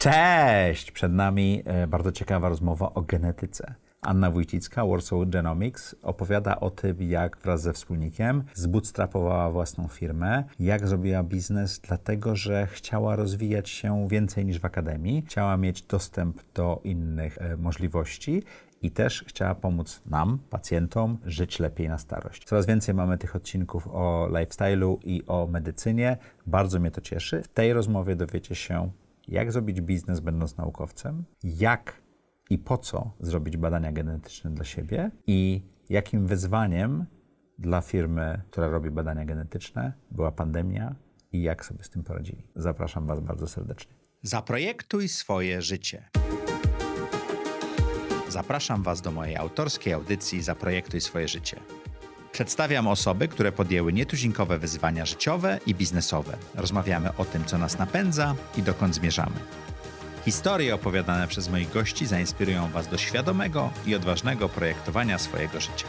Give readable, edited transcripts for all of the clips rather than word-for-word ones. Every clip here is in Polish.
Cześć! Przed nami bardzo ciekawa rozmowa o genetyce. Anna Wójcicka, Warsaw Genomics, opowiada o tym, jak wraz ze wspólnikiem zbootstrapowała własną firmę, jak zrobiła biznes, dlatego że chciała rozwijać się więcej niż w akademii, chciała mieć dostęp do innych możliwości i też chciała pomóc nam, pacjentom, żyć lepiej na starość. Coraz więcej mamy tych odcinków o lifestyle'u i o medycynie. Bardzo mnie to cieszy. W tej rozmowie dowiecie się, jak zrobić biznes będąc naukowcem, jak i po co zrobić badania genetyczne dla siebie i jakim wyzwaniem dla firmy, która robi badania genetyczne, była pandemia i jak sobie z tym poradzili. Zapraszam Was bardzo serdecznie. Zaprojektuj swoje życie. Zapraszam Was do mojej autorskiej audycji Zaprojektuj swoje życie. Przedstawiam osoby, które podjęły nietuzinkowe wyzwania życiowe i biznesowe. Rozmawiamy o tym, co nas napędza i dokąd zmierzamy. Historie opowiadane przez moich gości zainspirują Was do świadomego i odważnego projektowania swojego życia.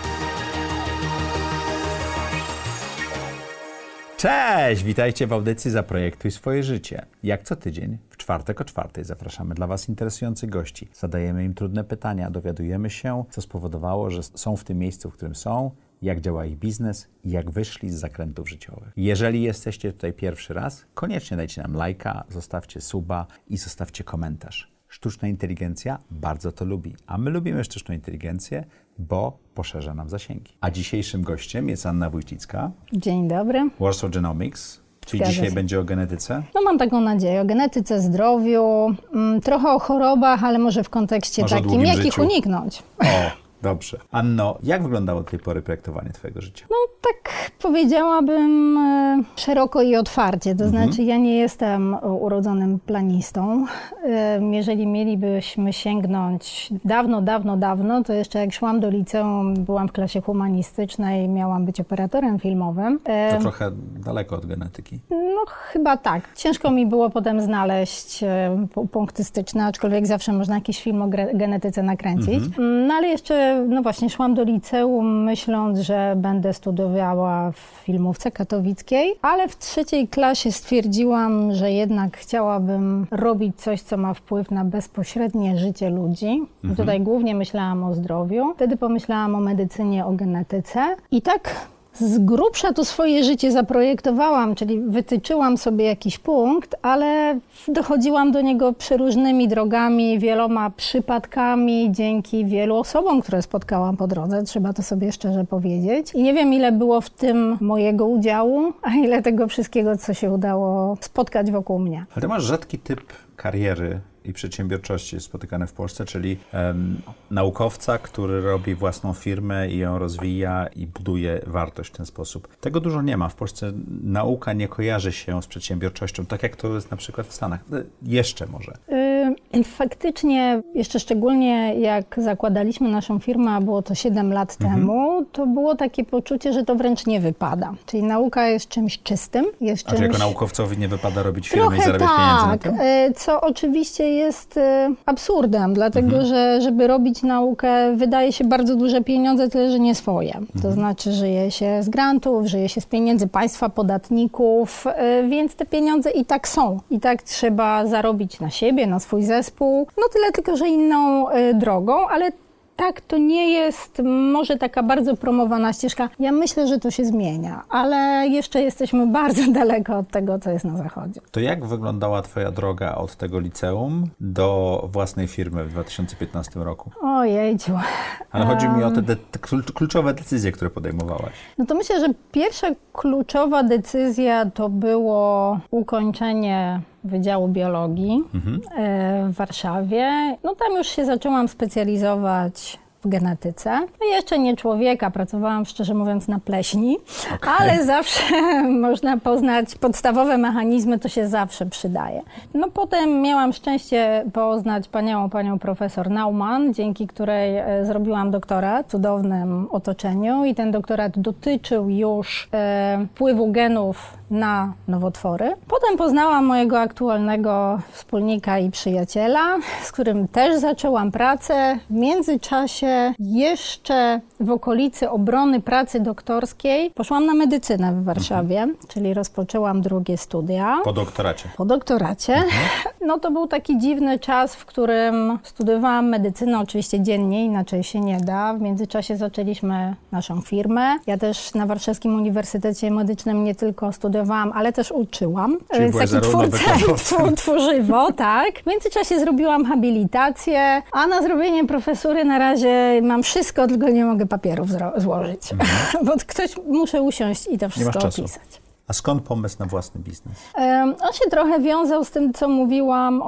Cześć! Witajcie w audycji Zaprojektuj swoje życie. Jak co tydzień, w czwartek o 4:00 zapraszamy dla Was interesujących gości. Zadajemy im trudne pytania, dowiadujemy się, co spowodowało, że są w tym miejscu, w którym są, jak działa ich biznes i jak wyszli z zakrętów życiowych. Jeżeli jesteście tutaj pierwszy raz, koniecznie dajcie nam lajka, zostawcie suba i zostawcie komentarz. Sztuczna inteligencja bardzo to lubi, a my lubimy sztuczną inteligencję, bo poszerza nam zasięgi. A dzisiejszym gościem jest Anna Wójcicka. Dzień dobry. Warsaw Genomics. Czyli Zgadza dzisiaj się. będzie o genetyce? No mam taką nadzieję o genetyce, zdrowiu, trochę o chorobach, ale może w kontekście Może o takim, długim jak ich życiu. uniknąć. O, dobrze. Anno, jak wyglądało do tej pory projektowanie Twojego życia? No tak powiedziałabym szeroko i otwarcie, to znaczy ja nie jestem urodzonym planistą. Jeżeli mielibyśmy sięgnąć dawno, to jeszcze jak szłam do liceum, byłam w klasie humanistycznej, miałam być operatorem filmowym. To trochę daleko od genetyki. No chyba tak. Ciężko mi było potem znaleźć punkty styczne, aczkolwiek zawsze można jakiś film o genetyce nakręcić. No ale jeszcze, no właśnie, szłam do liceum myśląc, że będę studiowała w filmówce katowickiej, ale w 3. klasie stwierdziłam, że jednak chciałabym robić coś, co ma wpływ na bezpośrednie życie ludzi. I tutaj głównie myślałam o zdrowiu. Wtedy pomyślałam o medycynie, o genetyce i tak z grubsza to swoje życie zaprojektowałam, czyli wytyczyłam sobie jakiś punkt, ale dochodziłam do niego przeróżnymi drogami, wieloma przypadkami, dzięki wielu osobom, które spotkałam po drodze, trzeba to sobie szczerze powiedzieć. I nie wiem, ile było w tym mojego udziału, a ile tego wszystkiego, co się udało spotkać wokół mnie. Ale Ty masz rzadki typ kariery i przedsiębiorczości spotykane w Polsce, czyli naukowca, który robi własną firmę i ją rozwija i buduje wartość w ten sposób. Tego dużo nie ma. W Polsce nauka nie kojarzy się z przedsiębiorczością, tak jak to jest na przykład w Stanach. Jeszcze może. Faktycznie, jeszcze szczególnie jak zakładaliśmy naszą firmę, a było to 7 lat temu, to było takie poczucie, że to wręcz nie wypada. Czyli nauka jest czymś czystym. Jest A czy jako naukowcowi nie wypada robić firmy i zarabiać pieniędzy na tym? Co oczywiście jest absurdem, dlatego że żeby robić naukę wydaje się bardzo duże pieniądze, tyle że nie swoje. To znaczy żyje się z grantów, żyje się z pieniędzy państwa, podatników, więc te pieniądze i tak są. I tak trzeba zarobić na siebie, na swój zespół. No tyle tylko, że inną drogą, ale tak, to nie jest może taka bardzo promowana ścieżka. Ja myślę, że to się zmienia, ale jeszcze jesteśmy bardzo daleko od tego, co jest na zachodzie. To jak wyglądała Twoja droga od tego liceum do własnej firmy w 2015 roku? Ojejciu. Ale chodzi mi o te kluczowe decyzje, które podejmowałaś. No to myślę, że pierwsza kluczowa decyzja to było ukończenie Wydziału Biologii w Warszawie. No tam już się zaczęłam specjalizować w genetyce. No jeszcze nie człowieka, pracowałam szczerze mówiąc na pleśni, ale zawsze można poznać podstawowe mechanizmy, to się zawsze przydaje. No potem miałam szczęście poznać panią profesor Naumann, dzięki której zrobiłam doktorat w cudownym otoczeniu i ten doktorat dotyczył już wpływu genów na nowotwory. Potem poznałam mojego aktualnego wspólnika i przyjaciela, z którym też zaczęłam pracę. W międzyczasie jeszcze w okolicy obrony pracy doktorskiej poszłam na medycynę w Warszawie, czyli rozpoczęłam drugie studia. Po doktoracie. Po doktoracie. No to był taki dziwny czas, w którym studiowałam medycynę, oczywiście dziennie, inaczej się nie da. W międzyczasie zaczęliśmy naszą firmę. Ja też na Warszawskim Uniwersytecie Medycznym nie tylko studiowałam, ale też uczyłam. Czyli byłaś Taki tworzywo, tak. W międzyczasie zrobiłam habilitację, a na zrobienie profesury na razie mam wszystko, tylko nie mogę papierów złożyć. Bo ktoś muszę usiąść i to wszystko opisać. A skąd pomysł na własny biznes? On się trochę wiązał z tym, co mówiłam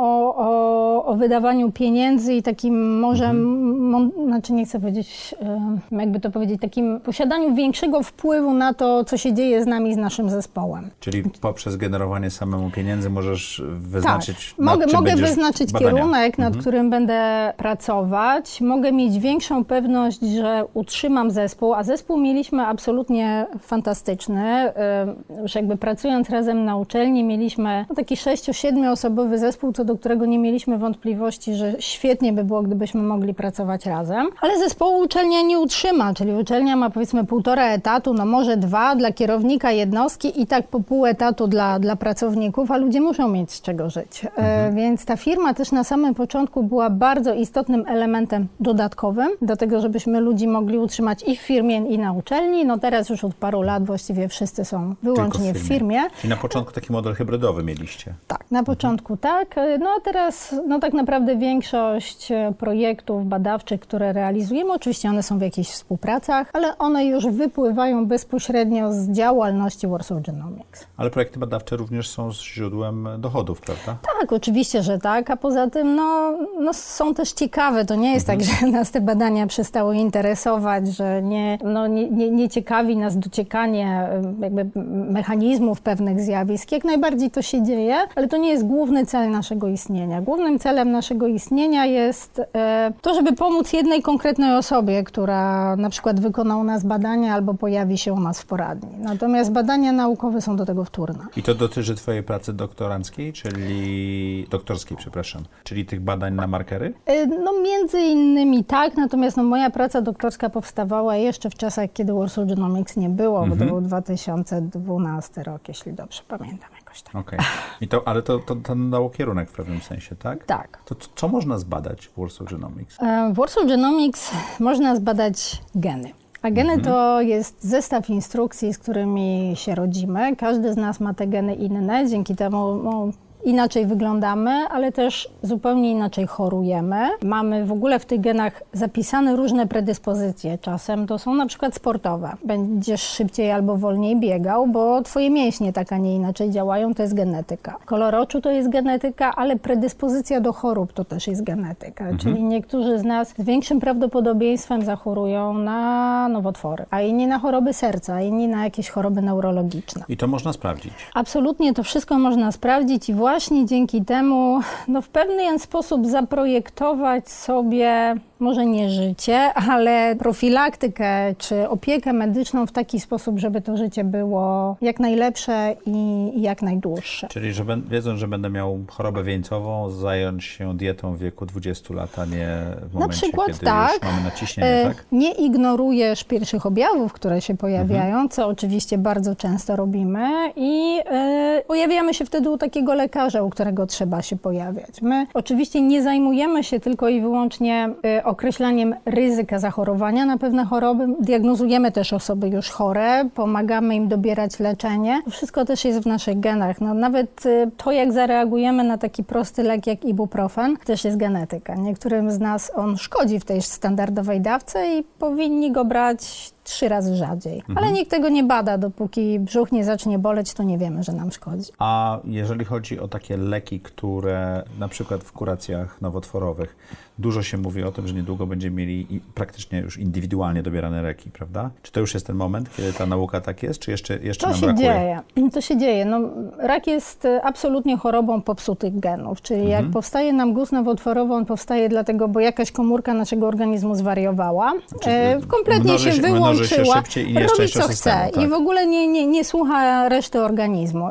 o wydawaniu pieniędzy i takim może, znaczy nie chcę powiedzieć, jakby to powiedzieć, takim posiadaniu większego wpływu na to, co się dzieje z nami, z naszym zespołem. Czyli poprzez generowanie samemu pieniędzy możesz wyznaczyć, tak. Mogę wyznaczyć kierunek, nad którym będę pracować. Mogę mieć większą pewność, że utrzymam zespół, a zespół mieliśmy absolutnie fantastyczny. Już jakby pracując razem na uczelni mieliśmy taki 6-7 osobowy zespół, co do którego nie mieliśmy wątpliwości, że świetnie by było, gdybyśmy mogli pracować razem. Ale zespołu uczelnia nie utrzyma, czyli uczelnia ma powiedzmy 1,5 etatu, no może 2 dla kierownika jednostki i tak po pół etatu dla pracowników, a ludzie muszą mieć z czego żyć. Więc ta firma też na samym początku była bardzo istotnym elementem dodatkowym do tego, żebyśmy ludzi mogli utrzymać i w firmie, i na uczelni. No teraz już od paru lat właściwie wszyscy są wyłącznie w firmie. Czyli na początku taki model hybrydowy mieliście? Tak, na początku tak. No a teraz tak naprawdę większość projektów badawczych, które realizujemy, oczywiście one są w jakichś współpracach, ale one już wypływają bezpośrednio z działalności Warsaw Genomics. Ale projekty badawcze również są źródłem dochodów, prawda? Tak, oczywiście, że tak, a poza tym są też ciekawe. To nie jest tak, że nas te badania przestały interesować, że nie ciekawi nas dociekanie jakby mechanizmów pewnych zjawisk. Jak najbardziej to się dzieje, ale to nie jest główny cel naszego istnienia. Głównym celem naszego istnienia jest to, żeby pomóc jednej konkretnej osobie, która na przykład wykona u nas badania albo pojawi się u nas w poradni. Natomiast badania naukowe są do tego wtórne. I to dotyczy twojej pracy doktorskiej, czyli tych badań na markery? Między innymi tak, natomiast moja praca doktorska powstawała jeszcze w czasach, kiedy Warsaw Genomics nie było, bo to był 2012 rok, jeśli dobrze pamiętam jakoś tak. Okej. Ale to dało kierunek w pewnym sensie, tak? Tak. To co można zbadać w Warsaw Genomics? W Warsaw Genomics można zbadać geny. A geny to jest zestaw instrukcji, z którymi się rodzimy. Każdy z nas ma te geny inne, dzięki temu inaczej wyglądamy, ale też zupełnie inaczej chorujemy. Mamy w ogóle w tych genach zapisane różne predyspozycje. Czasem to są na przykład sportowe. Będziesz szybciej albo wolniej biegał, bo twoje mięśnie tak, a nie inaczej działają, to jest genetyka. Kolor oczu to jest genetyka, ale predyspozycja do chorób to też jest genetyka. Czyli niektórzy z nas z większym prawdopodobieństwem zachorują na nowotwory, a inni na choroby serca, a inni na jakieś choroby neurologiczne. I to można sprawdzić? Absolutnie, to wszystko można sprawdzić i właśnie dzięki temu w pewien sposób zaprojektować sobie, może nie życie, ale profilaktykę czy opiekę medyczną w taki sposób, żeby to życie było jak najlepsze i jak najdłuższe. Czyli wiedząc, że będę miał chorobę wieńcową, zająć się dietą w wieku 20 lat, a nie w momencie, kiedy już mamy naciśnienie, tak? Nie ignorujesz pierwszych objawów, które się pojawiają, co oczywiście bardzo często robimy i pojawiamy się wtedy u takiego lekarza, u którego trzeba się pojawiać. My oczywiście nie zajmujemy się tylko i wyłącznie określaniem ryzyka zachorowania na pewne choroby. Diagnozujemy też osoby już chore, pomagamy im dobierać leczenie. To wszystko też jest w naszych genach. Nawet to, jak zareagujemy na taki prosty lek jak ibuprofen, też jest genetyka. Niektórym z nas on szkodzi w tej standardowej dawce i powinni go brać 3 razy rzadziej. Ale nikt tego nie bada, dopóki brzuch nie zacznie boleć, to nie wiemy, że nam szkodzi. A jeżeli chodzi o takie leki, które na przykład w kuracjach nowotworowych dużo się mówi o tym, że niedługo będziemy mieli praktycznie już indywidualnie dobierane leki, prawda? Czy to już jest ten moment, kiedy ta nauka tak jest, czy jeszcze nam brakuje? To się dzieje. No, rak jest absolutnie chorobą popsutych genów, czyli jak powstaje nam guz nowotworowy, on powstaje dlatego, bo jakaś komórka naszego organizmu zwariowała, kompletnie się wyłączyła, się szybciej i robi co chce systemu, tak. i w ogóle nie słucha reszty organizmu,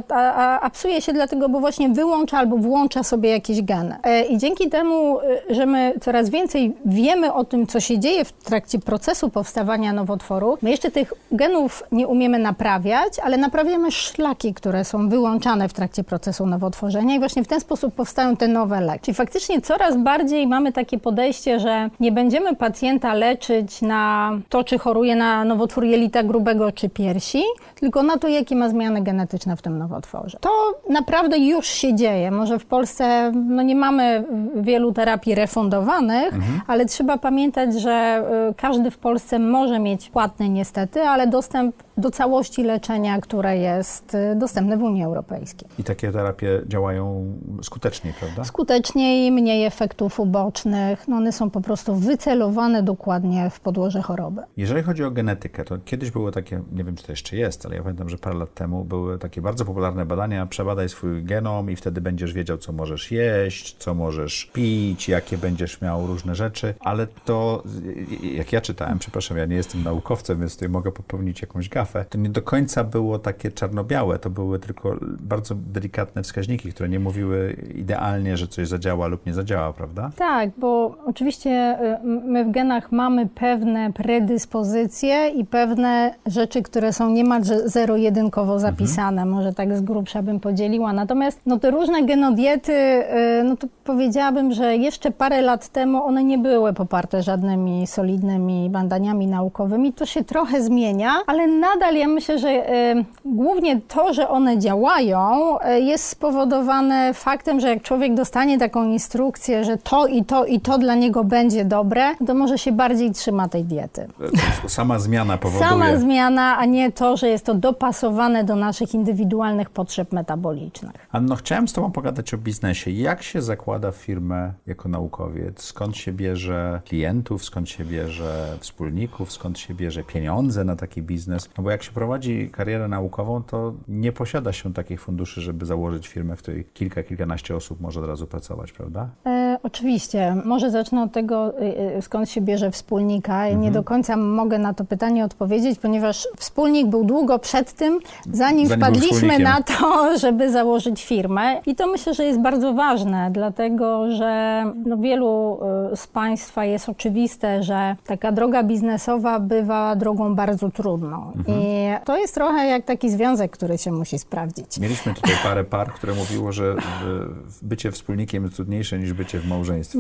a psuje się dlatego, bo właśnie wyłącza albo włącza sobie jakieś geny. I dzięki temu, że my coraz więcej wiemy o tym, co się dzieje w trakcie procesu powstawania nowotworu, my jeszcze tych genów nie umiemy naprawiać, ale naprawiamy szlaki, które są wyłączane w trakcie procesu nowotworzenia i właśnie w ten sposób powstają te nowe leki. Czyli faktycznie coraz bardziej mamy takie podejście, że nie będziemy pacjenta leczyć na to, czy choruje na nowotwór jelita grubego czy piersi, tylko na to, jakie ma zmiany genetyczne w tym nowotworze. To naprawdę już się dzieje. Może w Polsce nie mamy wielu terapii refundowanych, ale trzeba pamiętać, że każdy w Polsce może mieć płatny niestety, ale dostęp do całości leczenia, które jest dostępne w Unii Europejskiej. I takie terapie działają skuteczniej, prawda? Skuteczniej, mniej efektów ubocznych. One są po prostu wycelowane dokładnie w podłoże choroby. Jeżeli chodzi o genetykę, to kiedyś było takie, nie wiem czy to jeszcze jest, ale ja pamiętam, że parę lat temu były takie bardzo popularne badania, przebadaj swój genom i wtedy będziesz wiedział, co możesz jeść, co możesz pić, jakie będziesz miał różne rzeczy, ale to, jak ja czytałem, przepraszam, ja nie jestem naukowcem, więc tutaj mogę popełnić jakąś gafę, to nie do końca było takie czarno-białe, to były tylko bardzo delikatne wskaźniki, które nie mówiły idealnie, że coś zadziała lub nie zadziała, prawda? Tak, bo oczywiście my w genach mamy pewne predyspozycje i pewne rzeczy, które są niemalże zero-jedynkowo zapisane, może tak z grubsza bym podzieliła. Natomiast te różne genodiety, to powiedziałabym, że jeszcze parę lat temu one nie były poparte żadnymi solidnymi badaniami naukowymi. To się trochę zmienia, ale nadal ja myślę, że głównie to, że one działają, jest spowodowane faktem, że jak człowiek dostanie taką instrukcję, że to i to i to dla niego będzie dobre, to może się bardziej trzyma tej diety. Sama zmiana powoduje. Sama zmiana, a nie to, że jest to dopasowane do naszych indywidualnych potrzeb metabolicznych. Anno, chciałem z Tobą pogadać o biznesie. Jak się zakłada firmę jako naukowiec? Skąd się bierze klientów? Skąd się bierze wspólników? Skąd się bierze pieniądze na taki biznes? No bo jak się prowadzi karierę naukową, to nie posiada się takich funduszy, żeby założyć firmę, w której kilkanaście osób może od razu pracować, prawda? Oczywiście. Może zacznę od tego, skąd się bierze wspólnika. Nie do końca mogę na to pytanie odpowiedzieć, ponieważ wspólnik był długo przed tym, zanim wpadliśmy na to, żeby założyć firmę. I to myślę, że jest bardzo ważne, dlatego że wielu z Państwa jest oczywiste, że taka droga biznesowa bywa drogą bardzo trudną. I to jest trochę jak taki związek, który się musi sprawdzić. Mieliśmy tutaj parę par, które mówiło, że bycie wspólnikiem jest trudniejsze niż bycie w małżeństwie.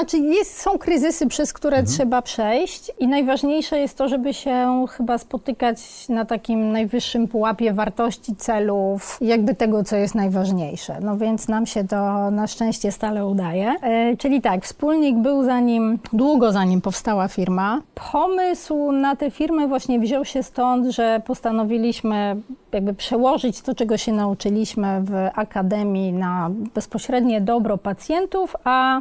Są kryzysy, przez które trzeba przejść i najważniejsze jest to, żeby się chyba spotykać na takim najwyższym pułapie wartości, celów, jakby tego, co jest najważniejsze. Więc nam się to na szczęście stale udaje. Czyli tak, wspólnik był długo zanim powstała firma. Pomysł na tę firmę właśnie wziął się stąd, że postanowiliśmy jakby przełożyć to, czego się nauczyliśmy w akademii na bezpośrednie dobro pacjentów, a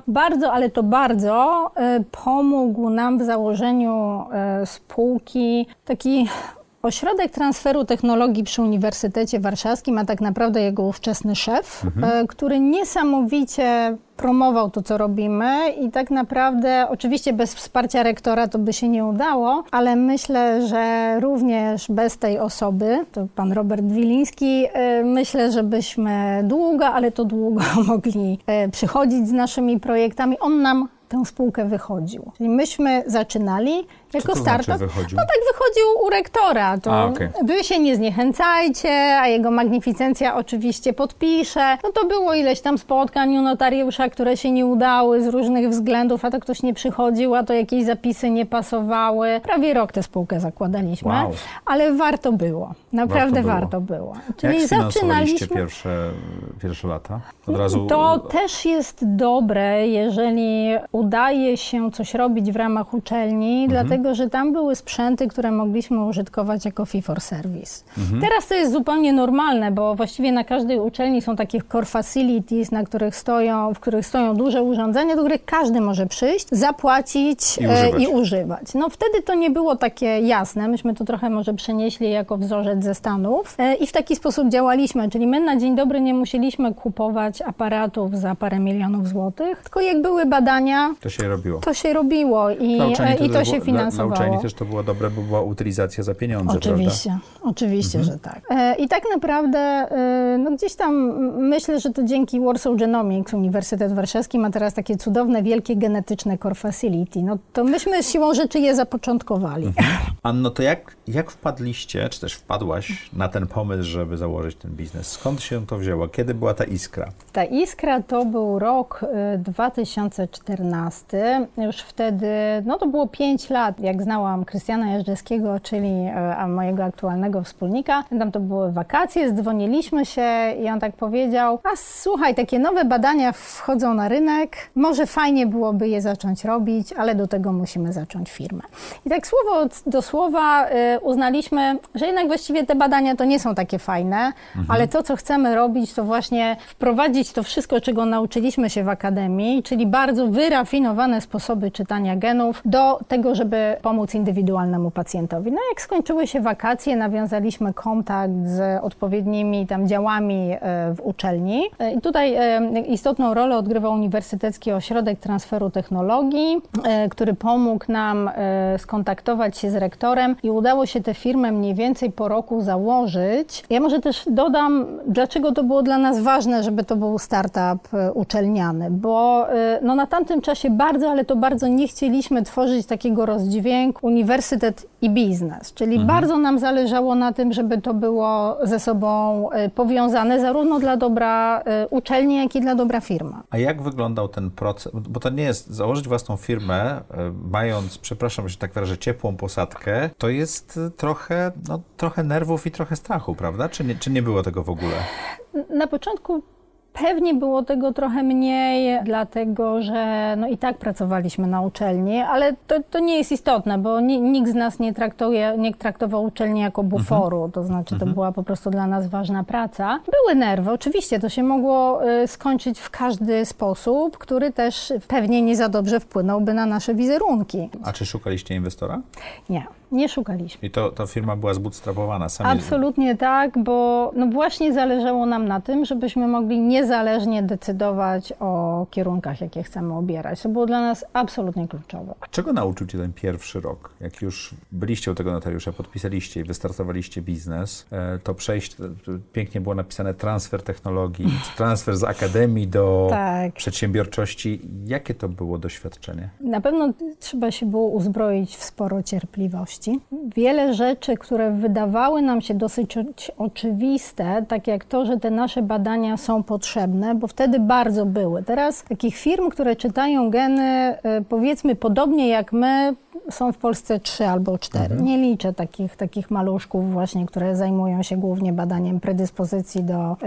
bardzo pomógł nam w założeniu spółki taki Ośrodek Transferu Technologii przy Uniwersytecie Warszawskim, a tak naprawdę jego ówczesny szef, który niesamowicie promował to, co robimy i tak naprawdę, oczywiście bez wsparcia rektora to by się nie udało, ale myślę, że również bez tej osoby, to pan Robert Wiliński, myślę, że byśmy długo mogli przychodzić z naszymi projektami. On nam tę spółkę wychodził. Czyli myśmy zaczynali jako startup. Znaczy wychodził? Tak wychodził u rektora. Wy się nie zniechęcajcie, a jego magnificencja oczywiście podpisze. To było ileś tam spotkań u notariusza, które się nie udały z różnych względów, a to ktoś nie przychodził, a to jakieś zapisy nie pasowały. Prawie rok tę spółkę zakładaliśmy, ale warto było. Naprawdę warto było. Czyli jak zaczynaliśmy pierwsze lata? Od razu... To też jest dobre, jeżeli udaje się coś robić w ramach uczelni, dlatego że tam były sprzęty, które mogliśmy użytkować jako fee for service. Teraz to jest zupełnie normalne, bo właściwie na każdej uczelni są takie core facilities, w których stoją duże urządzenia, do których każdy może przyjść, zapłacić i używać. No wtedy to nie było takie jasne. Myśmy to trochę może przenieśli jako wzorzec ze Stanów i w taki sposób działaliśmy. Czyli my na dzień dobry nie musieliśmy kupować aparatów za parę milionów złotych, tylko jak były badania, to się robiło i to się finansowało. Dla uczelni też to było dobre, bo była utylizacja za pieniądze, Oczywiście, że tak. I tak naprawdę gdzieś tam myślę, że to dzięki Warsaw Genomics Uniwersytet Warszawski ma teraz takie cudowne, wielkie genetyczne core facility. No to myśmy siłą rzeczy je zapoczątkowali. Anno, to jak wpadliście, czy też wpadłaś na ten pomysł, żeby założyć ten biznes? Skąd się to wzięło? Kiedy była ta iskra? Ta iskra to był rok 2014. Już wtedy, to było 5 lat, jak znałam Krystiana Jeżdżewskiego, czyli mojego aktualnego wspólnika. Tam to były wakacje, zdzwoniliśmy się i on tak powiedział: a słuchaj, takie nowe badania wchodzą na rynek, może fajnie byłoby je zacząć robić, ale do tego musimy zacząć firmę. I tak słowo do słowa uznaliśmy, że jednak właściwie te badania to nie są takie fajne, ale to, co chcemy robić, to właśnie wprowadzić to wszystko, czego nauczyliśmy się w akademii, czyli bardzo wyrafinowane sposoby czytania genów do tego, żeby pomóc indywidualnemu pacjentowi. No jak skończyły się wakacje, nawiązaliśmy kontakt z odpowiednimi tam działami w uczelni. I tutaj istotną rolę odgrywał Uniwersytecki Ośrodek Transferu Technologii, który pomógł nam skontaktować się z rektorem i udało się tę firmę mniej więcej po roku założyć. Ja może też dodam, dlaczego to było dla nas ważne, żeby to był startup uczelniany, bo na tamtym czasie bardzo nie chcieliśmy tworzyć takiego rozdźwięku uniwersytet i biznes, czyli bardzo nam zależało na tym, żeby to było ze sobą powiązane zarówno dla dobra uczelni, jak i dla dobra firmy. A jak wyglądał ten proces? Bo to nie jest założyć własną firmę, mając, przepraszam, że tak wyrażę, ciepłą posadkę, to jest trochę nerwów i trochę strachu, prawda? Czy nie było tego w ogóle? Na początku pewnie było tego trochę mniej, dlatego że i tak pracowaliśmy na uczelni, ale to nie jest istotne, bo nikt z nas nie traktował uczelni jako buforu, to znaczy to była po prostu dla nas ważna praca. Były nerwy, oczywiście, to się mogło skończyć w każdy sposób, który też pewnie nie za dobrze wpłynąłby na nasze wizerunki. A czy szukaliście inwestora? Nie szukaliśmy. I ta firma była zbootstrapowana sami? Absolutnie tak, bo właśnie zależało nam na tym, żebyśmy mogli niezależnie decydować o kierunkach, jakie chcemy obierać. To było dla nas absolutnie kluczowe. A czego nauczył Cię ten pierwszy rok? Jak już byliście u tego notariusza, podpisaliście i wystartowaliście biznes, to pięknie było napisane transfer technologii, transfer z akademii do przedsiębiorczości. Jakie to było doświadczenie? Na pewno trzeba się było uzbroić w sporo cierpliwości. Wiele rzeczy, które wydawały nam się dosyć oczywiste, tak jak to, że te nasze badania są potrzebne, bo wtedy bardzo były. Teraz takich firm, które czytają geny, powiedzmy podobnie jak my, są w Polsce 3 albo 4. Nie liczę takich maluszków właśnie, które zajmują się głównie badaniem predyspozycji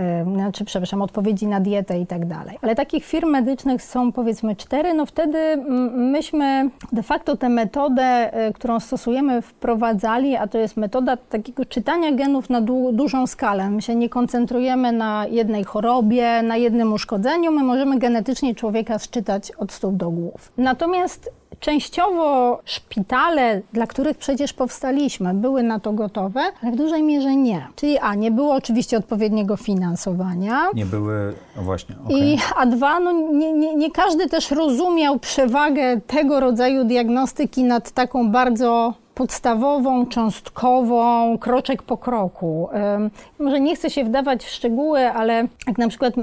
odpowiedzi na dietę i tak dalej. Ale takich firm medycznych są powiedzmy 4, wtedy myśmy de facto tę metodę, którą stosujemy, wprowadzali, a to jest metoda takiego czytania genów na dużą skalę. My się nie koncentrujemy na jednej chorobie, na jednym uszkodzeniu, my możemy genetycznie człowieka sczytać od stóp do głów. Natomiast częściowo szpitale, dla których przecież powstaliśmy, były na to gotowe, ale w dużej mierze nie. Czyli nie było oczywiście odpowiedniego finansowania. Nie były, właśnie, okej. A dwa, nie każdy też rozumiał przewagę tego rodzaju diagnostyki nad taką bardzo podstawową, cząstkową, kroczek po kroku. Może nie chcę się wdawać w szczegóły, ale jak na przykład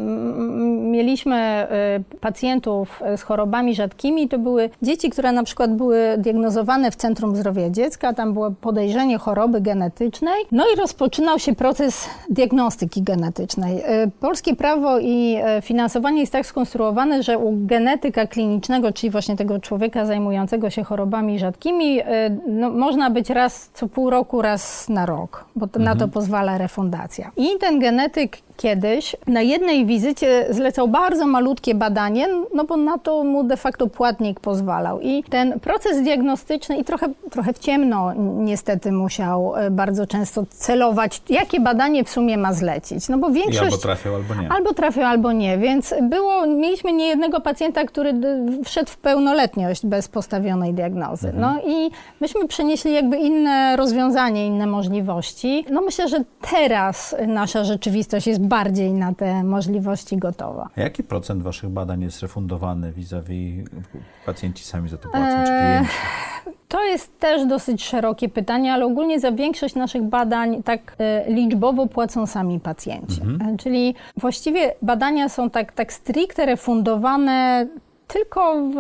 mieliśmy pacjentów z chorobami rzadkimi, to były dzieci, które na przykład były diagnozowane w Centrum Zdrowia Dziecka, tam było podejrzenie choroby genetycznej, i rozpoczynał się proces diagnostyki genetycznej. Polskie prawo i finansowanie jest tak skonstruowane, że u genetyka klinicznego, czyli właśnie tego człowieka zajmującego się chorobami rzadkimi, można być raz co pół roku, raz na rok, bo na to pozwala refundacja. I ten genetyk kiedyś na jednej wizycie zlecał bardzo malutkie badanie, no bo na to mu de facto płatnik pozwalał. I ten proces diagnostyczny i trochę w ciemno niestety musiał bardzo często celować, jakie badanie w sumie ma zlecić. No bo większość... I albo trafiał, albo nie. Albo trafiał, albo nie. Więc mieliśmy niejednego pacjenta, który wszedł w pełnoletność bez postawionej diagnozy. No i myśmy przynieśli jakby inne rozwiązanie, inne możliwości. No myślę, że teraz nasza rzeczywistość jest bardziej na te możliwości gotowa. A jaki procent waszych badań jest refundowany vis-a-vis pacjenci sami za to płacą, czy klienci? To jest też dosyć szerokie pytanie, ale ogólnie za większość naszych badań tak liczbowo płacą sami pacjenci. Czyli właściwie badania są tak stricte refundowane tylko w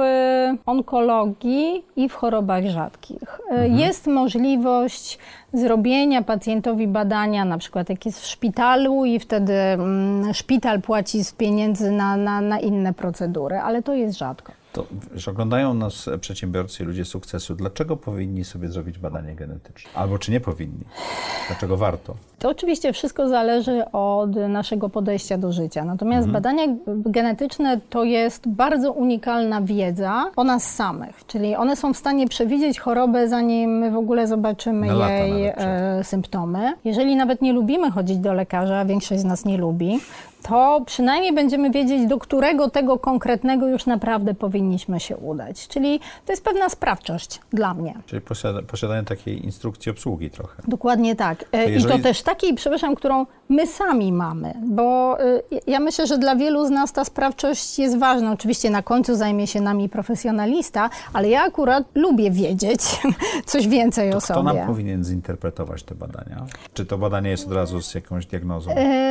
onkologii i w chorobach rzadkich. Jest możliwość zrobienia pacjentowi badania, na przykład jak jest w szpitalu i wtedy szpital płaci z pieniędzy na inne procedury, ale to jest rzadko. To, że oglądają nas przedsiębiorcy i ludzie sukcesu, dlaczego powinni sobie zrobić badanie genetyczne? Albo czy nie powinni? Dlaczego warto? To oczywiście wszystko zależy od naszego podejścia do życia. Natomiast badania genetyczne to jest bardzo unikalna wiedza o nas samych. Czyli one są w stanie przewidzieć chorobę, zanim my w ogóle zobaczymy jej symptomy. Jeżeli nawet nie lubimy chodzić do lekarza, a większość z nas nie lubi, to przynajmniej będziemy wiedzieć, do którego tego konkretnego już naprawdę powinniśmy się udać. Czyli to jest pewna sprawczość dla mnie. Czyli posiadanie takiej instrukcji obsługi trochę. Dokładnie tak. I to też takiej, przepraszam, którą my sami mamy, bo ja myślę, że dla wielu z nas ta sprawczość jest ważna. Oczywiście na końcu zajmie się nami profesjonalista, ale ja akurat lubię wiedzieć coś więcej o sobie. Kto nam powinien zinterpretować te badania? Czy to badanie jest od razu z jakąś diagnozą?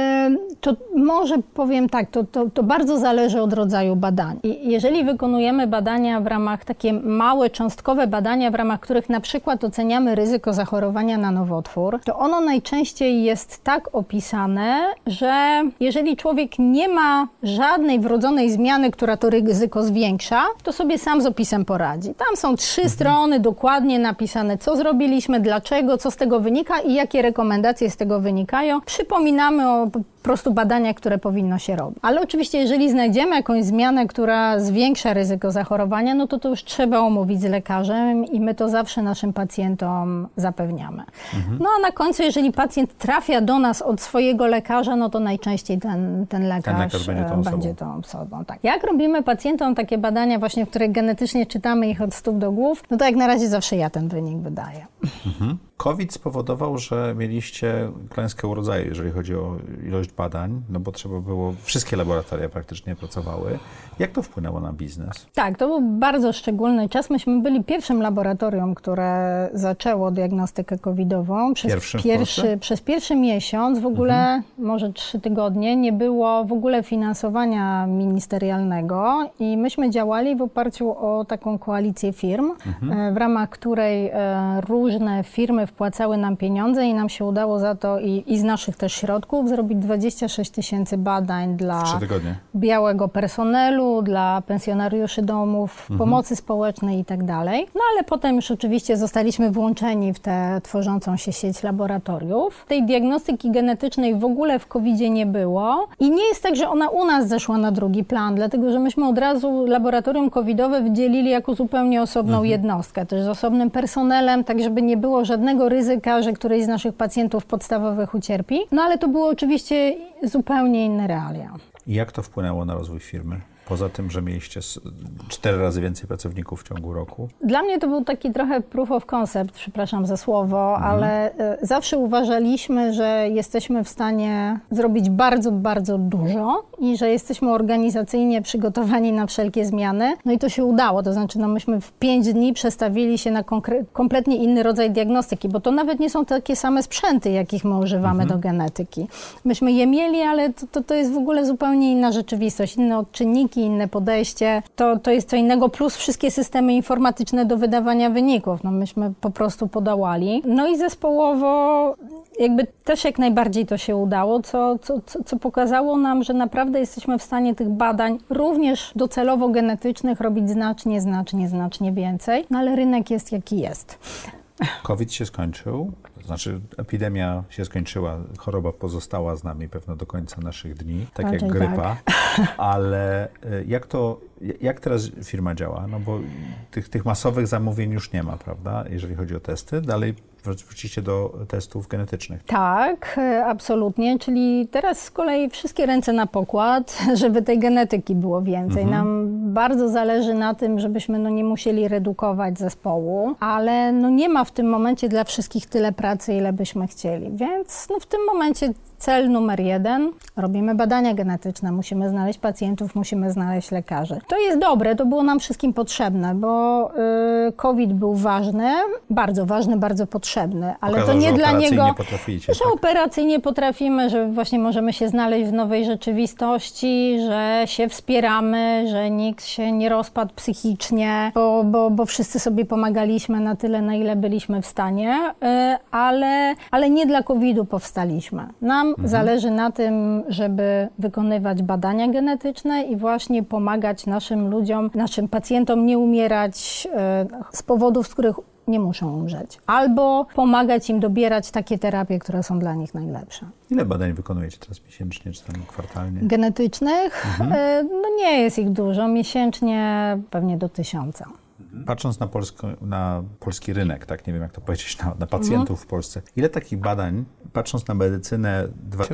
To może powiem tak, to bardzo zależy od rodzaju badań. I jeżeli wykonujemy badania w ramach, takie małe, cząstkowe badania, w ramach których na przykład oceniamy ryzyko zachorowania na nowotwór, to ono najczęściej jest tak opisane, że jeżeli człowiek nie ma żadnej wrodzonej zmiany, która to ryzyko zwiększa, to sobie sam z opisem poradzi. Tam są 3 strony dokładnie napisane, co zrobiliśmy, dlaczego, co z tego wynika i jakie rekomendacje z tego wynikają. Przypominamy o po prostu badania, które powinno się robić. Ale oczywiście, jeżeli znajdziemy jakąś zmianę, która zwiększa ryzyko zachorowania, no to już trzeba omówić z lekarzem i my to zawsze naszym pacjentom zapewniamy. No a na końcu, jeżeli pacjent trafia do nas od swojego lekarza, no to najczęściej ten lekarz będzie tą osobą. Tak. Jak robimy pacjentom takie badania właśnie, w których genetycznie czytamy ich od stóp do głów, no to jak na razie zawsze ja ten wynik wydaję. COVID spowodował, że mieliście klęskę urodzaju, jeżeli chodzi o ilość badań, no bo trzeba było, wszystkie laboratoria praktycznie pracowały. Jak to wpłynęło na biznes? Tak, to był bardzo szczególny czas. Myśmy byli pierwszym laboratorium, które zaczęło diagnostykę covidową. Przez pierwszy miesiąc, w ogóle może 3 tygodnie, nie było w ogóle finansowania ministerialnego i myśmy działali w oparciu o taką koalicję firm, w ramach której różne firmy wpłacały nam pieniądze i nam się udało za to i z naszych też środków zrobić 26 000 badań dla białego personelu, dla pensjonariuszy domów, pomocy społecznej i tak dalej. No ale potem już oczywiście zostaliśmy włączeni w tę tworzącą się sieć laboratoriów. Tej diagnostyki genetycznej w ogóle w COVID-zie nie było i nie jest tak, że ona u nas zeszła na drugi plan, dlatego że myśmy od razu laboratorium covidowe wydzielili jako zupełnie osobną jednostkę, też z osobnym personelem, tak żeby nie było żadnego ryzyka, że któryś z naszych pacjentów podstawowych ucierpi. No ale to było oczywiście zupełnie inne realia. I jak to wpłynęło na rozwój firmy? Poza tym, że mieliście 4 razy więcej pracowników w ciągu roku? Dla mnie to był taki trochę proof of concept, przepraszam za słowo, ale zawsze uważaliśmy, że jesteśmy w stanie zrobić bardzo, bardzo dużo i że jesteśmy organizacyjnie przygotowani na wszelkie zmiany. No i to się udało, to znaczy myśmy w 5 dni przestawili się na kompletnie inny rodzaj diagnostyki, bo to nawet nie są takie same sprzęty, jakich my używamy do genetyki. Myśmy je mieli, ale to jest w ogóle zupełnie inna rzeczywistość, inne odczynniki, inne podejście, to jest co innego, plus wszystkie systemy informatyczne do wydawania wyników. No myśmy po prostu podołali. No i zespołowo jakby też jak najbardziej to się udało, co pokazało nam, że naprawdę jesteśmy w stanie tych badań również docelowo genetycznych robić znacznie więcej, no ale rynek jest jaki jest. COVID się skończył, to znaczy epidemia się skończyła, choroba pozostała z nami pewno do końca naszych dni, tak Raczej jak grypa, tak. ale jak teraz firma działa? No bo tych masowych zamówień już nie ma, prawda, jeżeli chodzi o testy, dalej wróciliście do testów genetycznych. Tak, absolutnie, czyli teraz z kolei wszystkie ręce na pokład, żeby tej genetyki było więcej. Nam bardzo zależy na tym, żebyśmy nie musieli redukować zespołu, ale nie ma w tym momencie dla wszystkich tyle pracy, ile byśmy chcieli, więc w tym momencie cel numer 1, robimy badania genetyczne, musimy znaleźć pacjentów, musimy znaleźć lekarzy. To jest dobre, to było nam wszystkim potrzebne, bo COVID był ważny, bardzo potrzebny, ale Pokazał, to nie dla niego, że tak? operacyjnie potrafimy, że właśnie możemy się znaleźć w nowej rzeczywistości, że się wspieramy, że nikt się nie rozpadł psychicznie, bo wszyscy sobie pomagaliśmy na tyle, na ile byliśmy w stanie, ale nie dla COVID-u powstaliśmy. Nam zależy na tym, żeby wykonywać badania genetyczne i właśnie pomagać naszym ludziom, naszym pacjentom nie umierać z powodów, z których nie muszą umrzeć. Albo pomagać im dobierać takie terapie, które są dla nich najlepsze. Ile badań wykonujecie teraz miesięcznie, czy tam kwartalnie? Genetycznych? Nie jest ich dużo. Miesięcznie pewnie do 1000. Patrząc na polski rynek, tak, nie wiem jak to powiedzieć, na pacjentów w Polsce, ile takich badań, patrząc na medycynę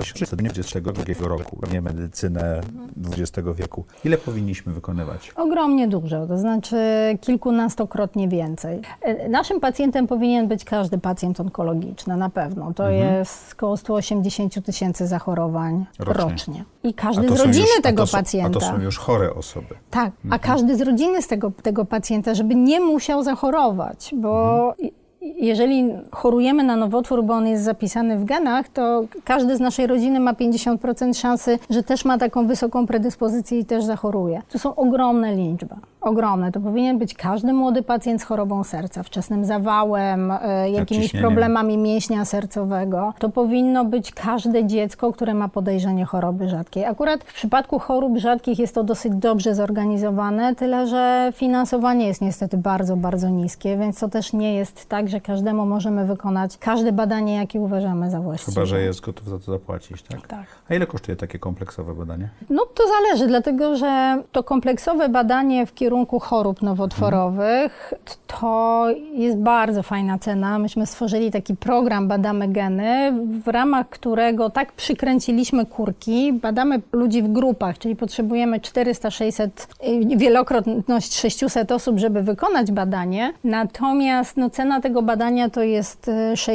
2022 roku, nie medycynę XX wieku, ile powinniśmy wykonywać? Ogromnie dużo, to znaczy kilkunastokrotnie więcej. Naszym pacjentem powinien być każdy pacjent onkologiczny, na pewno. To jest około 180 000 zachorowań rocznie. I każdy z rodziny tego pacjenta. A to są już chore osoby. Tak, a każdy z rodziny z tego pacjenta, żeby nie musiał zachorować, bo jeżeli chorujemy na nowotwór, bo on jest zapisany w genach, to każdy z naszej rodziny ma 50% szansy, że też ma taką wysoką predyspozycję i też zachoruje. To są ogromne liczby. Ogromne. To powinien być każdy młody pacjent z chorobą serca, wczesnym zawałem, jakimiś problemami mięśnia sercowego. To powinno być każde dziecko, które ma podejrzenie choroby rzadkiej. Akurat w przypadku chorób rzadkich jest to dosyć dobrze zorganizowane, tyle że finansowanie jest niestety bardzo niskie, więc to też nie jest tak, że każdemu możemy wykonać każde badanie, jakie uważamy za właściwe. Chyba że jest gotów za to zapłacić, tak? Tak. A ile kosztuje takie kompleksowe badanie? To zależy, dlatego że to kompleksowe badanie w kierunku chorób nowotworowych to jest bardzo fajna cena. Myśmy stworzyli taki program Badamy Geny, w ramach którego tak przykręciliśmy kurki, badamy ludzi w grupach, czyli potrzebujemy 400-600, wielokrotność 600 osób, żeby wykonać badanie. Natomiast cena tego badania to jest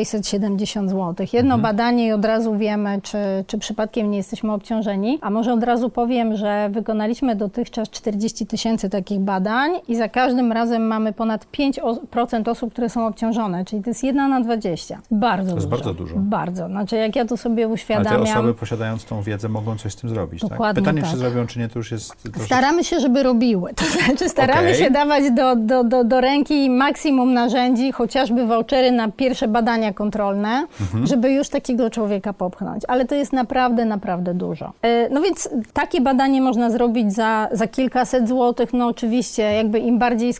670 zł. Jedno badanie i od razu wiemy, czy przypadkiem nie jesteśmy obciążeni. A może od razu powiem, że wykonaliśmy dotychczas 40 000 takich badań i za każdym razem mamy ponad 5% osób, które są obciążone, czyli to jest 1 na 20. Bardzo dużo. To jest bardzo dużo. Bardzo. Znaczy jak ja to sobie uświadamiam... Ale te osoby posiadając tą wiedzę mogą coś z tym zrobić, dokładnie, tak? Pytanie, tak. czy zrobią, czy nie, to już jest... Staramy się, żeby robiły. To znaczy staramy się dawać do ręki maksimum narzędzi, chociażby vouchery na pierwsze badania kontrolne, żeby już takiego człowieka popchnąć. Ale to jest naprawdę dużo. Więc takie badanie można zrobić za kilkaset złotych. Oczywiście jakby im bardziej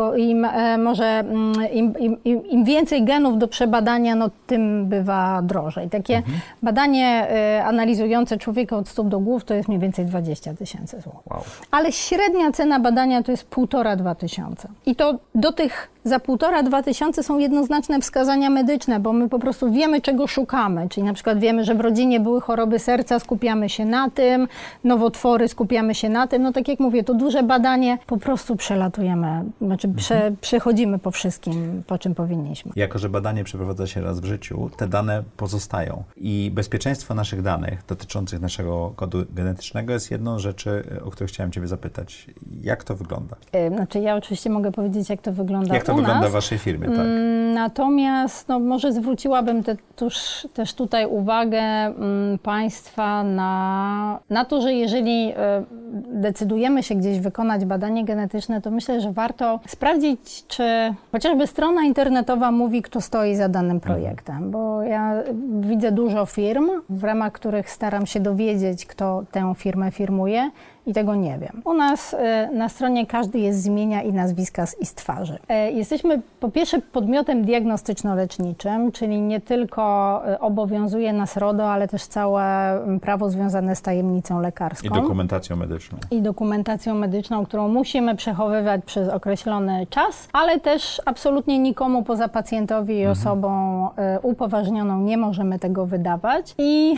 im więcej genów do przebadania, tym bywa drożej. Takie badanie analizujące człowieka od stóp do głów to jest mniej więcej 20 000 złotych. Wow. Ale średnia cena badania to jest 1,5–2 tysiące. I to do tych za 1,5–2 tysiące są jednoznaczne wskazania medyczne, bo my po prostu wiemy, czego szukamy. Czyli na przykład wiemy, że w rodzinie były choroby serca, skupiamy się na tym, nowotwory, skupiamy się na tym. Tak jak mówię, to duże badanie, po prostu przelatujemy, przechodzimy po wszystkim, po czym powinniśmy. Jako że badanie przeprowadza się raz w życiu, te dane pozostają. I bezpieczeństwo naszych danych dotyczących naszego kodu genetycznego jest jedną z rzeczy, o którą chciałem Ciebie zapytać. Jak to wygląda? Ja oczywiście mogę powiedzieć, jak to wygląda Jak to wygląda w Waszej firmie, tak? Natomiast może zwróciłabym też tutaj uwagę Państwa na to, że jeżeli decydujemy się gdzieś wykonać badanie genetyczne, to myślę, że warto sprawdzić, czy chociażby strona internetowa mówi, kto stoi za danym projektem, bo ja widzę dużo firm, w ramach których staram się dowiedzieć, kto tę firmę firmuje i tego nie wiem. U nas na stronie każdy jest z imienia i nazwiska i z twarzy. Jesteśmy po pierwsze podmiotem diagnostyczno-leczniczym, czyli nie tylko obowiązuje nas RODO, ale też całe prawo związane z tajemnicą lekarską. I dokumentacją medyczną. I dokumentacją medyczną, którą musimy przechowywać przez określony czas, ale też absolutnie nikomu poza pacjentowi i osobą upoważnioną nie możemy tego wydawać. I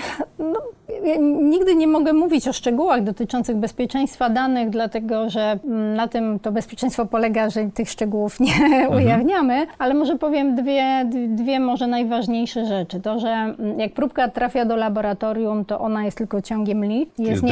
ja nigdy nie mogę mówić o szczegółach dotyczących bezpieczeństwa danych, dlatego że na tym to bezpieczeństwo polega, że tych szczegółów nie ujawniamy, ale może powiem dwie może najważniejsze rzeczy. To, że jak próbka trafia do laboratorium, to ona jest tylko ciągiem liczb.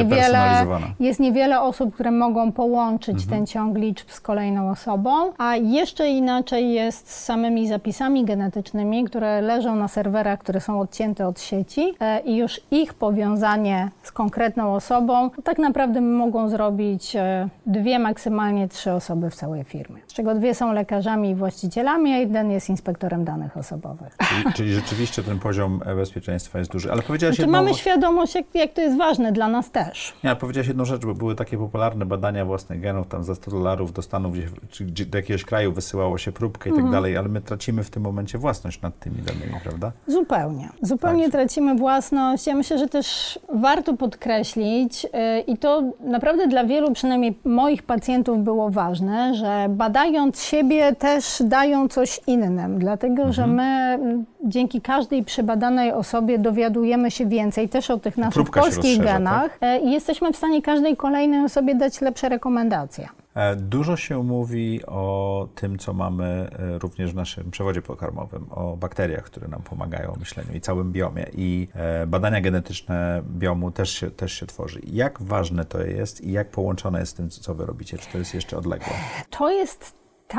Jest niewiele osób, które mogą połączyć ten ciąg liczb z kolejną osobą, a jeszcze inaczej jest z samymi zapisami genetycznymi, które leżą na serwerach, które są odcięte od sieci i już ich powiązanie z konkretną osobą tak naprawdę mogą zrobić 2, maksymalnie 3 osoby w całej firmie. Z czego 2 są lekarzami i właścicielami, a 1 jest inspektorem danych osobowych. Czyli rzeczywiście ten poziom bezpieczeństwa jest duży. Ale powiedziałaś mamy świadomość, jak to jest ważne dla nas też. Nie, powiedziałaś jedną rzecz, bo były takie popularne badania własnych genów, tam za $100 do Stanów, czy do jakiegoś kraju wysyłało się próbkę i tak dalej, ale my tracimy w tym momencie własność nad tymi danymi, prawda? Zupełnie tracimy własność. Ja myślę, że też warto podkreślić i to naprawdę dla wielu, przynajmniej moich pacjentów było ważne, że badając siebie też dają coś innym, dlatego że my dzięki każdej przebadanej osobie dowiadujemy się więcej też o tych naszych polskich genach i jesteśmy w stanie każdej kolejnej osobie dać lepsze rekomendacje. Dużo się mówi o tym, co mamy również w naszym przewodzie pokarmowym, o bakteriach, które nam pomagają w myśleniu i całym biomie. I badania genetyczne biomu też się tworzy. Jak ważne to jest i jak połączone jest z tym, co wy robicie? Czy to jest jeszcze odległe? To jest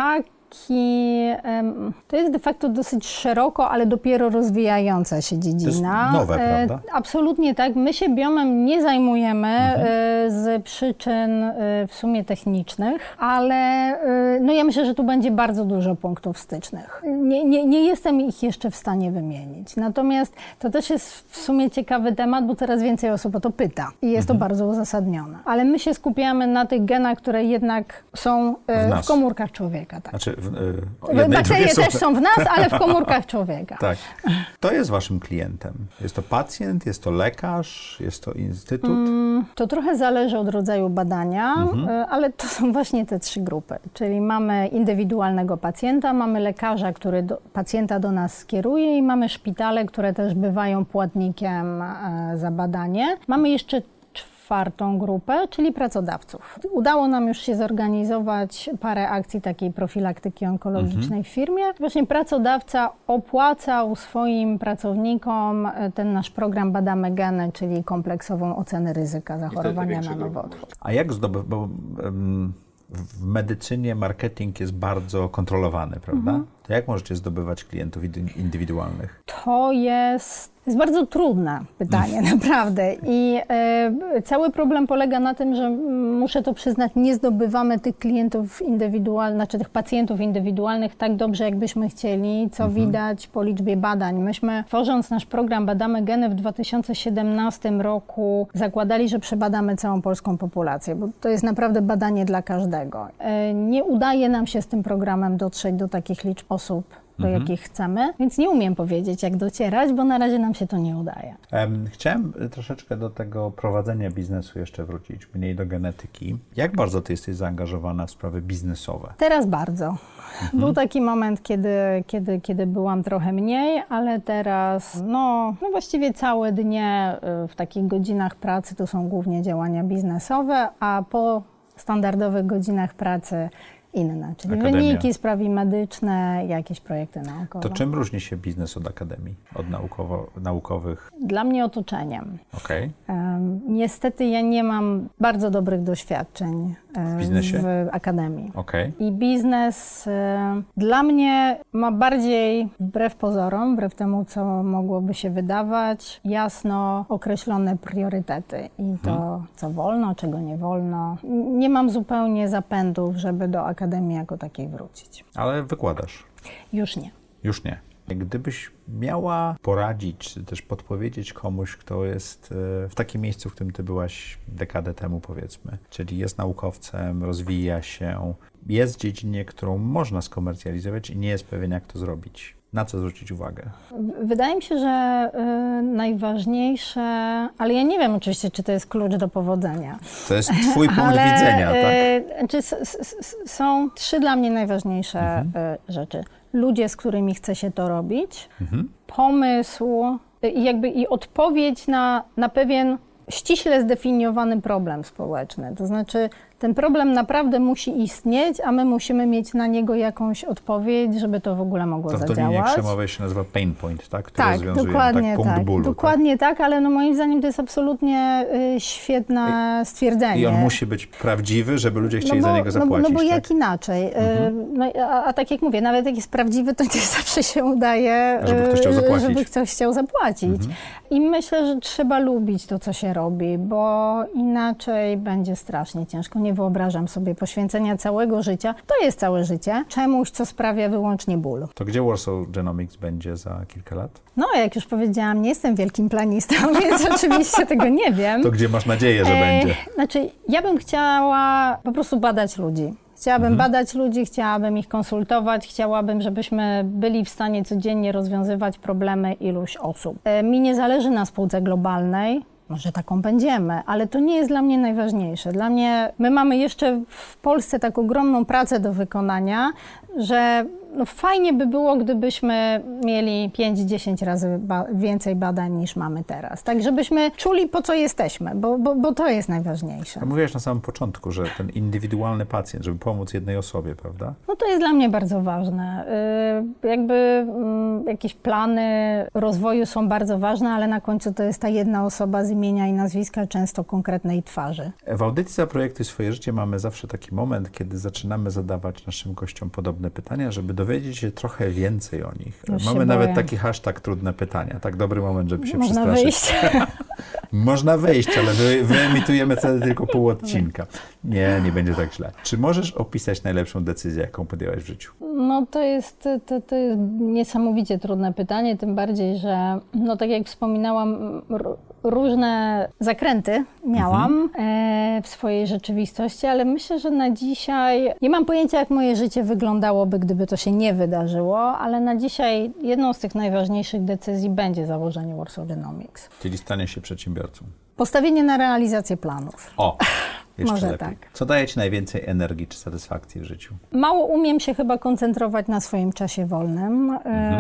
to jest de facto dosyć szeroko, ale dopiero rozwijająca się dziedzina. To jest nowe, prawda? Absolutnie tak. My się biomem nie zajmujemy z przyczyn w sumie technicznych, ale ja myślę, że tu będzie bardzo dużo punktów stycznych. Nie jestem ich jeszcze w stanie wymienić. Natomiast to też jest w sumie ciekawy temat, bo coraz więcej osób o to pyta i jest to bardzo uzasadnione. Ale my się skupiamy na tych genach, które jednak są w komórkach człowieka. Tak. Znaczy, bakterie też są w nas, ale w komórkach człowieka. Tak. To jest waszym klientem. Jest to pacjent, jest to lekarz, jest to instytut? To trochę zależy od rodzaju badania, ale to są właśnie te 3 grupy. Czyli mamy indywidualnego pacjenta, mamy lekarza, który pacjenta do nas skieruje i mamy szpitale, które też bywają płatnikiem za badanie. Mamy jeszcze 4. grupę, czyli pracodawców. Udało nam już się zorganizować parę akcji takiej profilaktyki onkologicznej w firmie. Właśnie pracodawca opłacał swoim pracownikom ten nasz program Badamy Geny, czyli kompleksową ocenę ryzyka zachorowania na nowotwór. A jak zdobyć, bo w medycynie marketing jest bardzo kontrolowany, prawda? To jak możecie zdobywać klientów indywidualnych? To jest bardzo trudne pytanie, naprawdę. I cały problem polega na tym, że muszę to przyznać, nie zdobywamy tych klientów indywidualnych, znaczy tych pacjentów indywidualnych tak dobrze, jakbyśmy chcieli, co widać po liczbie badań. Myśmy, tworząc nasz program Badamy Geny w 2017 roku, zakładali, że przebadamy całą polską populację, bo to jest naprawdę badanie dla każdego. Nie udaje nam się z tym programem dotrzeć do takich liczb osób, do jakich chcemy, więc nie umiem powiedzieć, jak docierać, bo na razie nam się to nie udaje. Chciałem troszeczkę do tego prowadzenia biznesu jeszcze wrócić, mniej do genetyki. Jak bardzo ty jesteś zaangażowana w sprawy biznesowe? Teraz bardzo. Był taki moment, kiedy byłam trochę mniej, ale teraz właściwie całe dnie w takich godzinach pracy to są głównie działania biznesowe, a po standardowych godzinach pracy inne, czyli Akademia. wyniki, sprawy medyczne, jakieś projekty naukowe. To czym różni się biznes od akademii, od naukowych? Dla mnie otoczeniem. Okay. Niestety ja nie mam bardzo dobrych doświadczeń w biznesie? W akademii. Okay. I biznes dla mnie ma bardziej, wbrew pozorom, wbrew temu, co mogłoby się wydawać, jasno określone priorytety i to, co wolno, czego nie wolno. Nie mam zupełnie zapędów, żeby do akademii jako takiej wrócić. Ale wykładasz? Już nie. Już nie. Gdybyś miała poradzić, czy też podpowiedzieć komuś, kto jest w takim miejscu, w którym ty byłaś dekadę temu, powiedzmy, czyli jest naukowcem, rozwija się, jest w dziedzinie, którą można skomercjalizować i nie jest pewien, jak to zrobić. Na co zwrócić uwagę? Wydaje mi się, że najważniejsze, ale ja nie wiem oczywiście, czy to jest klucz do powodzenia. To jest twój punkt widzenia, tak? Są 3 dla mnie najważniejsze rzeczy. Ludzie, z którymi chce się to robić, pomysł i odpowiedź na pewien ściśle zdefiniowany problem społeczny. To znaczy, ten problem naprawdę musi istnieć, a my musimy mieć na niego jakąś odpowiedź, żeby to w ogóle mogło zadziałać. To w dolinie krzemowej się nazywa pain point, tak? Który tak, związuje, dokładnie punkt tak. bólu. Dokładnie tak, ale no moim zdaniem to jest absolutnie świetne stwierdzenie. I on musi być prawdziwy, żeby ludzie chcieli za niego zapłacić. No bo tak? jak inaczej? A tak jak mówię, nawet jak jest prawdziwy, to nie zawsze się udaje, żeby ktoś chciał zapłacić. I myślę, że trzeba lubić to, co się robi, bo inaczej będzie strasznie ciężko. Nie wyobrażam sobie poświęcenia całego życia, to jest całe życie, czemuś, co sprawia wyłącznie ból. To gdzie Warsaw Genomics będzie za kilka lat? No, jak już powiedziałam, nie jestem wielkim planistą, więc oczywiście tego nie wiem. To gdzie masz nadzieję, że będzie? Znaczy, ja bym chciała po prostu badać ludzi. Chciałabym badać ludzi, chciałabym ich konsultować, chciałabym, żebyśmy byli w stanie codziennie rozwiązywać problemy iluś osób. Mi nie zależy na spółce globalnej, może taką będziemy, ale to nie jest dla mnie najważniejsze. Dla mnie, my mamy jeszcze w Polsce tak ogromną pracę do wykonania, że no fajnie by było, gdybyśmy mieli 5-10 razy więcej badań niż mamy teraz. Tak, żebyśmy czuli, po co jesteśmy, bo to jest najważniejsze. A mówiłaś na samym początku, że ten indywidualny pacjent, żeby pomóc jednej osobie, prawda? No to jest dla mnie bardzo ważne. Jakieś plany rozwoju są bardzo ważne, ale na końcu to jest ta jedna osoba z imienia i nazwiska, często konkretnej twarzy. W audycji Zaprojektuj swoje życie mamy zawsze taki moment, kiedy zaczynamy zadawać naszym gościom podobne pytania, żeby dowiedzieć się trochę więcej o nich. Mamy nawet taki hashtag trudne pytania. Tak dobry moment, żeby się przestraszyć. Wyjść. Można wyjść, ale wyemitujemy wtedy tylko pół odcinka. Nie będzie tak źle. Czy możesz opisać najlepszą decyzję, jaką podjęłaś w życiu? No to jest niesamowicie trudne pytanie, tym bardziej, że no tak jak wspominałam, różne zakręty miałam w swojej rzeczywistości, ale myślę, że na dzisiaj nie mam pojęcia, jak moje życie wyglądałoby, gdyby to się nie wydarzyło, ale na dzisiaj jedną z tych najważniejszych decyzji będzie założenie Warsaw Genomics. Czyli stanie się przedsiębiorcą. Postawienie na realizację planów. O! Jeszcze może lepiej. tak. Co daje ci najwięcej energii czy satysfakcji w życiu? Mało umiem się chyba koncentrować na swoim czasie wolnym.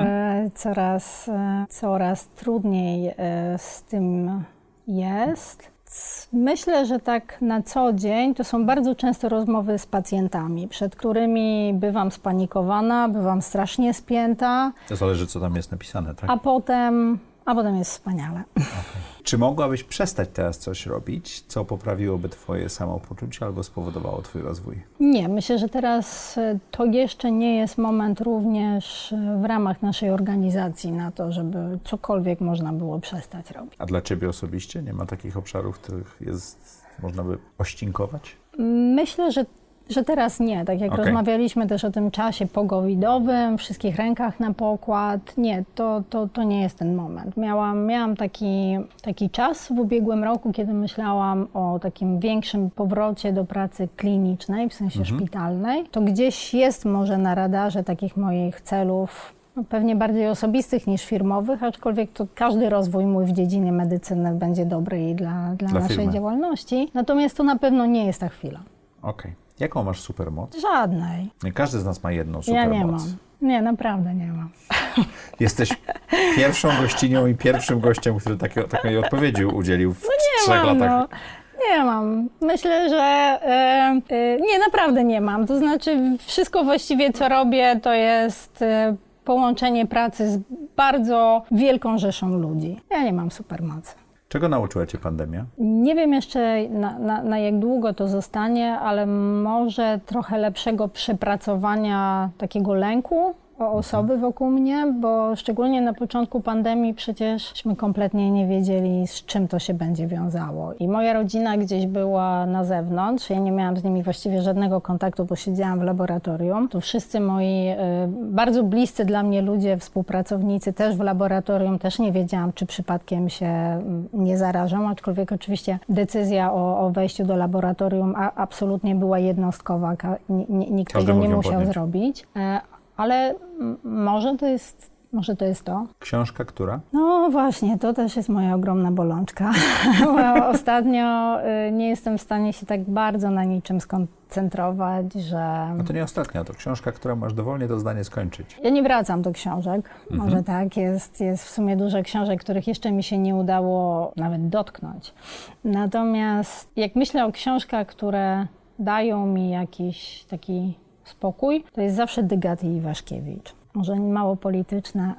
Coraz trudniej z tym jest. Myślę, że tak na co dzień to są bardzo często rozmowy z pacjentami, przed którymi bywam spanikowana, bywam strasznie spięta. To zależy, co tam jest napisane, tak? A potem jest wspaniale. Okay. Czy mogłabyś przestać teraz coś robić, co poprawiłoby twoje samopoczucie albo spowodowało twój rozwój? Nie, myślę, że teraz to jeszcze nie jest moment również w ramach naszej organizacji na to, żeby cokolwiek można było przestać robić. A dla ciebie osobiście nie ma takich obszarów, których można by pościnkować? Myślę, że teraz nie. Tak jak rozmawialiśmy też o tym czasie pocovidowym, wszystkich rękach na pokład. Nie, to nie jest ten moment. Miałam taki czas w ubiegłym roku, kiedy myślałam o takim większym powrocie do pracy klinicznej, w sensie szpitalnej. To gdzieś jest może na radarze takich moich celów, pewnie bardziej osobistych niż firmowych, aczkolwiek to każdy rozwój mój w dziedzinie medycyny będzie dobry i dla naszej firmy. Działalności. Natomiast to na pewno nie jest ta chwila. Okej. Jaką masz supermoc? Żadnej. Nie każdy z nas ma jedną supermoc. Ja nie mam. Nie, naprawdę nie mam. Jesteś pierwszą gościnią i pierwszym gościem, który takiej odpowiedzi udzielił w 3 latach. No. Nie mam. Myślę, że nie, naprawdę nie mam. To znaczy wszystko właściwie, co robię, to jest połączenie pracy z bardzo wielką rzeszą ludzi. Ja nie mam supermocy. Czego nauczyła cię pandemia? Nie wiem jeszcze na jak długo to zostanie, ale może trochę lepszego przepracowania takiego lęku o osoby wokół mnie, bo szczególnie na początku pandemii przecieżśmy kompletnie nie wiedzieli, z czym to się będzie wiązało. I moja rodzina gdzieś była na zewnątrz, ja nie miałam z nimi właściwie żadnego kontaktu, bo siedziałam w laboratorium. To wszyscy moi bardzo bliscy dla mnie ludzie, współpracownicy też w laboratorium, też nie wiedziałam, czy przypadkiem się nie zarażą, aczkolwiek oczywiście decyzja o wejściu do laboratorium absolutnie była jednostkowa, nikt tego nie musiał zrobić. Ale może to jest to. Książka która? No właśnie, to też jest moja ogromna bolączka. Bo ostatnio nie jestem w stanie się tak bardzo na niczym skoncentrować, że... No to nie ostatnia, to książka, która masz dowolnie to zdanie skończyć. Ja nie wracam do książek. Może tak, jest w sumie dużo książek, których jeszcze mi się nie udało nawet dotknąć. Natomiast jak myślę o książkach, które dają mi jakiś taki spokój, to jest zawsze Dygat i Iwaszkiewicz. Może mało polityczne,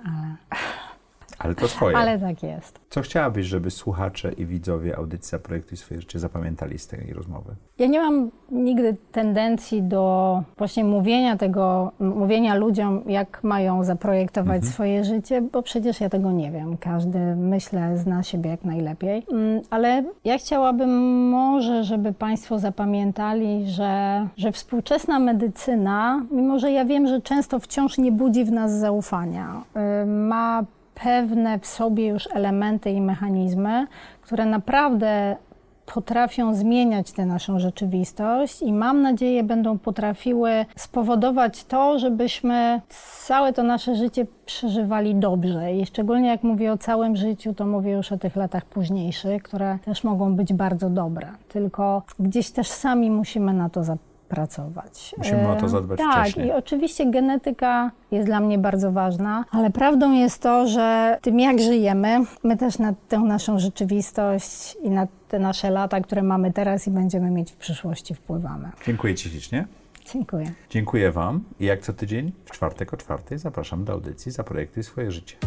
ale to twoje. Ale tak jest. Co chciałabyś, żeby słuchacze i widzowie audycji Zaprojektuj swoje życie zapamiętali z tej rozmowy? Ja nie mam nigdy tendencji do właśnie mówienia ludziom, jak mają zaprojektować swoje życie, bo przecież ja tego nie wiem. Każdy, myślę, zna siebie jak najlepiej. Ale ja chciałabym może, żeby Państwo zapamiętali, że współczesna medycyna, mimo że ja wiem, że często wciąż nie budzi w nas zaufania, ma pewne w sobie już elementy i mechanizmy, które naprawdę potrafią zmieniać tę naszą rzeczywistość i mam nadzieję będą potrafiły spowodować to, żebyśmy całe to nasze życie przeżywali dobrze. I szczególnie jak mówię o całym życiu, to mówię już o tych latach późniejszych, które też mogą być bardzo dobre. Tylko gdzieś też sami musimy na to pracować. Musimy o to zadbać wcześniej. Tak, i oczywiście genetyka jest dla mnie bardzo ważna, ale prawdą jest to, że tym jak żyjemy, my też na tę naszą rzeczywistość i na te nasze lata, które mamy teraz i będziemy mieć w przyszłości, wpływamy. Dziękuję Ci ślicznie. Dziękuję. Dziękuję Wam i jak co tydzień w czwartek o 4:00 zapraszam do audycji Zaprojektuj swoje życie.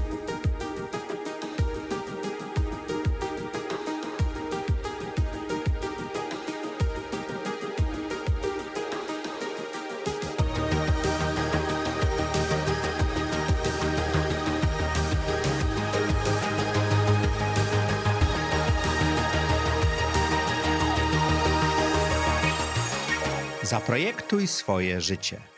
Zaprojektuj swoje życie.